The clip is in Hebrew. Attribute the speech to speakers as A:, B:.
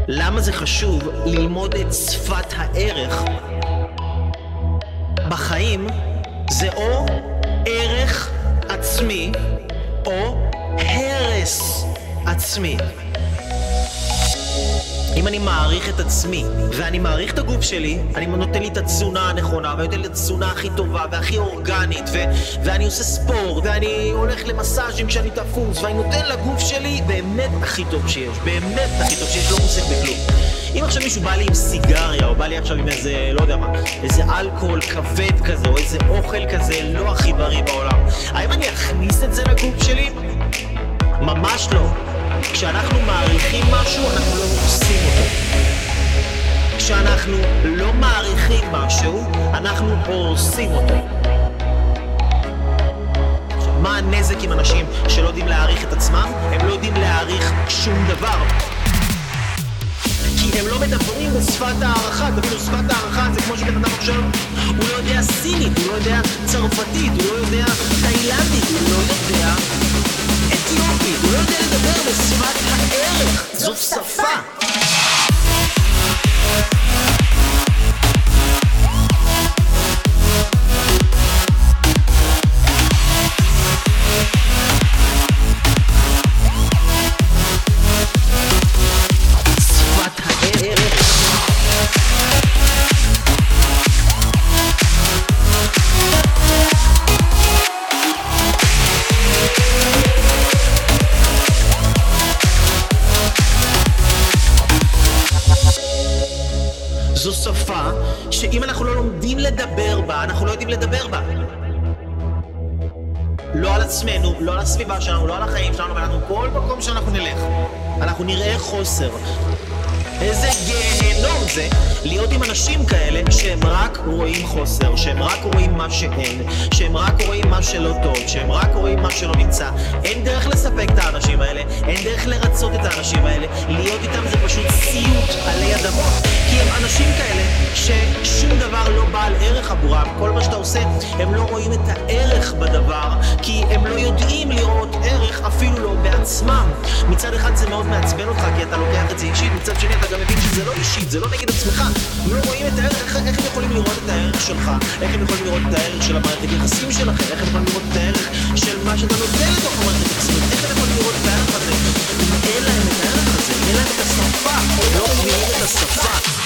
A: למה זה חשוב ללמוד את שפת הערך? בחיים זה או ערך עצמי או הרס עצמי. אם אני מעריך את עצמי ואני מעריך את הגוף שלי, אני נותן לי את התזונה הנכונה ואני נותן לי את התזונה הכי טובה והכי אורגנית ואני עושה ספורט ואני הולך למסאז'ים כשאני תפוס ואני נותן לגוף שלי באמת הכי טוב שיש, באמת הכי טוב שיש, לא מוסק בכלום. אם עכשיו מישהו בא לי עם סיגריה או בא לי עכשיו עם איזה, לא יודע מה, איזה אלכוהול כבד כזה או איזה אוכל כזה לא הכי בריא בעולם, האם אני אכניס את זה לגוף שלי? ממש לא. כשאנחנו מעריכים משהו, אנחנו לא עושים אותו. כשאנחנו לא מעריכים משהו, אנחנו עושים אותו. מה הנזק עם אנשים שלא יודעים להעריך את עצמם? הם לא יודעים להעריך שום דבר. כי הם לא מדברים בשפת הערכה. תבינו, שפת הערכה זה כמו שבן אדם עכשיו, הוא לא יודע סינית, הוא לא יודע צרפתית, הוא לא יודע תאילנדית, הוא לא יודע אתיופית, הוא לא יודע לדבר בשפת הערך. זאת שפה. זו שפה שאם אנחנו לא לומדים לדבר בה, אנחנו לא יודעים לדבר בה. לא על עצמנו, לא על הסביבה שלנו, לא על החיים שלנו, ואנחנו כל מקום שאנחנו נלך, אנחנו נראה חוסר. איזה גיהנום זה להיות עם אנשים כאלה שהם רק רואים חוסר, שהם רק רואים מה שאין, שהם רק רואים מה שלא טוב, שהם רק רואים מה שלא נמצא. אין דרך לספק את האנשים האלה, אין דרך לרצות את האנשים האלה. להיות איתם זה פשוט סיוט עלי אדמות, כי הם אנשים כאלה ששום דבר לא בעל ערך עבורם. כל מה שאתה עושה, הם לא רואים את הערך בדבר, כי הם לא יודעים לראות ערך אפילו לא בעצמם. מצד אחד זה מאוד מעצבן אותך כי אתה לוקח את זה אישית, מצד שני אתה גם מבין שזה לא אישית, זה לא נגד עצמך. הם לא רואים את הערך. איך הם יכולים לראות את הערך שלך? איך הם יכולים לראות את הערך של המערכת יחסים שלכם? איך הם יכולים לראות את הערך של מה שאתה נותן לתוך המערכת יחסים? איך הם יכולים לראות את הערך הזה? אין להם את הערך הזה, אין להם את השפה, הם לא מבינים את השפה.